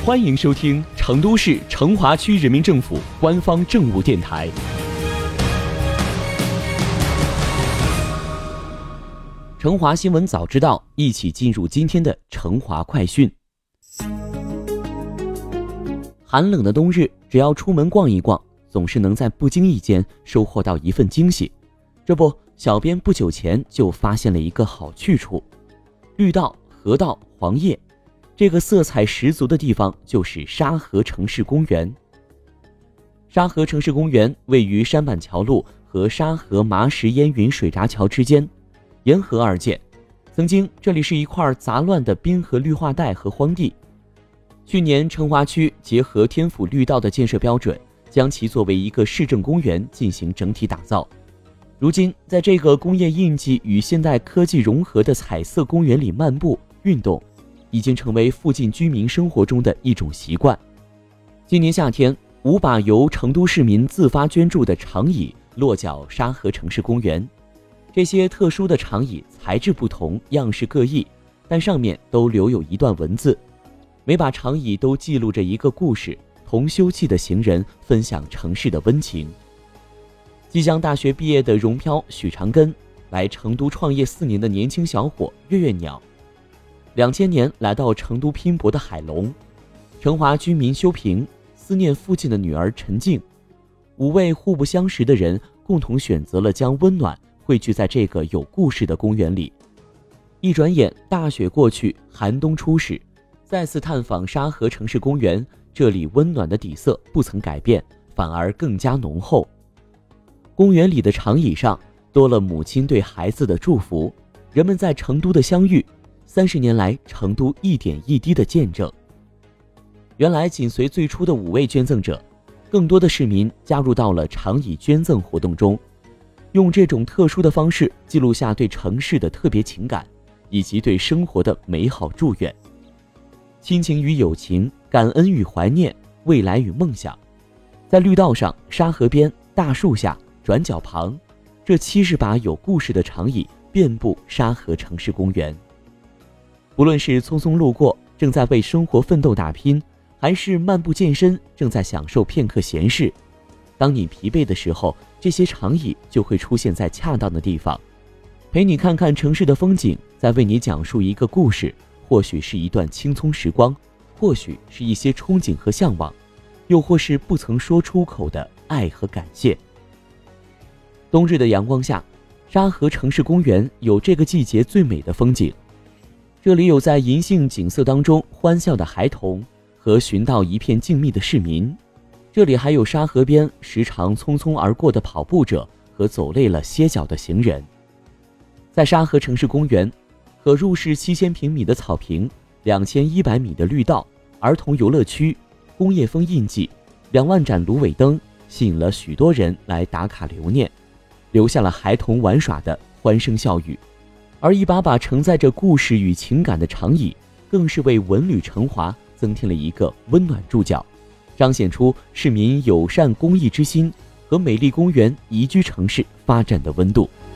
欢迎收听成都市成华区人民政府官方政务电台。成华新闻早知道，一起进入今天的成华快讯。寒冷的冬日，只要出门逛一逛，总是能在不经意间收获到一份惊喜。这不，小编不久前就发现了一个好去处。绿道、河道、黄叶，这个色彩十足的地方就是沙河城市公园。沙河城市公园位于山板桥路和沙河麻石烟云水闸桥之间，沿河而建。曾经这里是一块杂乱的滨河绿化带和荒地。去年成华区结合天府绿道的建设标准，将其作为一个市政公园进行整体打造。如今在这个工业印记与现代科技融合的彩色公园里漫步运动，已经成为附近居民生活中的一种习惯。今年夏天，5把由成都市民自发捐助的长椅落脚沙河城市公园。这些特殊的长椅材质不同，样式各异，但上面都留有一段文字。每把长椅都记录着一个故事，同休憩的行人分享城市的温情。即将大学毕业的荣漂许长根，来成都创业4年的年轻小伙月月鸟，2000年来到成都拼搏的海龙，成华居民修平，思念附近的女儿陈静，5位互不相识的人共同选择了将温暖汇聚在这个有故事的公园里。一转眼，大雪过去，寒冬初始，再次探访沙河城市公园，这里温暖的底色不曾改变，反而更加浓厚。公园里的长椅上多了母亲对孩子的祝福，人们在成都的相遇，30年来成都一点一滴的见证。原来紧随最初的5位捐赠者，更多的市民加入到了长椅捐赠活动中，用这种特殊的方式记录下对城市的特别情感，以及对生活的美好祝愿。亲情与友情，感恩与怀念，未来与梦想。在绿道上、沙河边、大树下、转角旁，这70把有故事的长椅遍布沙河城市公园。无论是匆匆路过，正在为生活奋斗打拼，还是漫步健身，正在享受片刻闲适，当你疲惫的时候，这些长椅就会出现在恰当的地方，陪你看看城市的风景，再为你讲述一个故事，或许是一段青葱时光，或许是一些憧憬和向往，又或是不曾说出口的爱和感谢。冬日的阳光下，沙河城市公园有这个季节最美的风景。这里有在银杏景色当中欢笑的孩童和寻到一片静谧的市民，这里还有沙河边时常匆匆而过的跑步者和走累了歇脚的行人。在沙河城市公园，可入市7000平米的草坪，2100米的绿道，儿童游乐区，工业风印记，2万盏芦苇灯，吸引了许多人来打卡留念，留下了孩童玩耍的欢声笑语。而一把把承载着故事与情感的长椅，更是为文旅成华增添了一个温暖注脚，彰显出市民友善公益之心和美丽公园宜居城市发展的温度。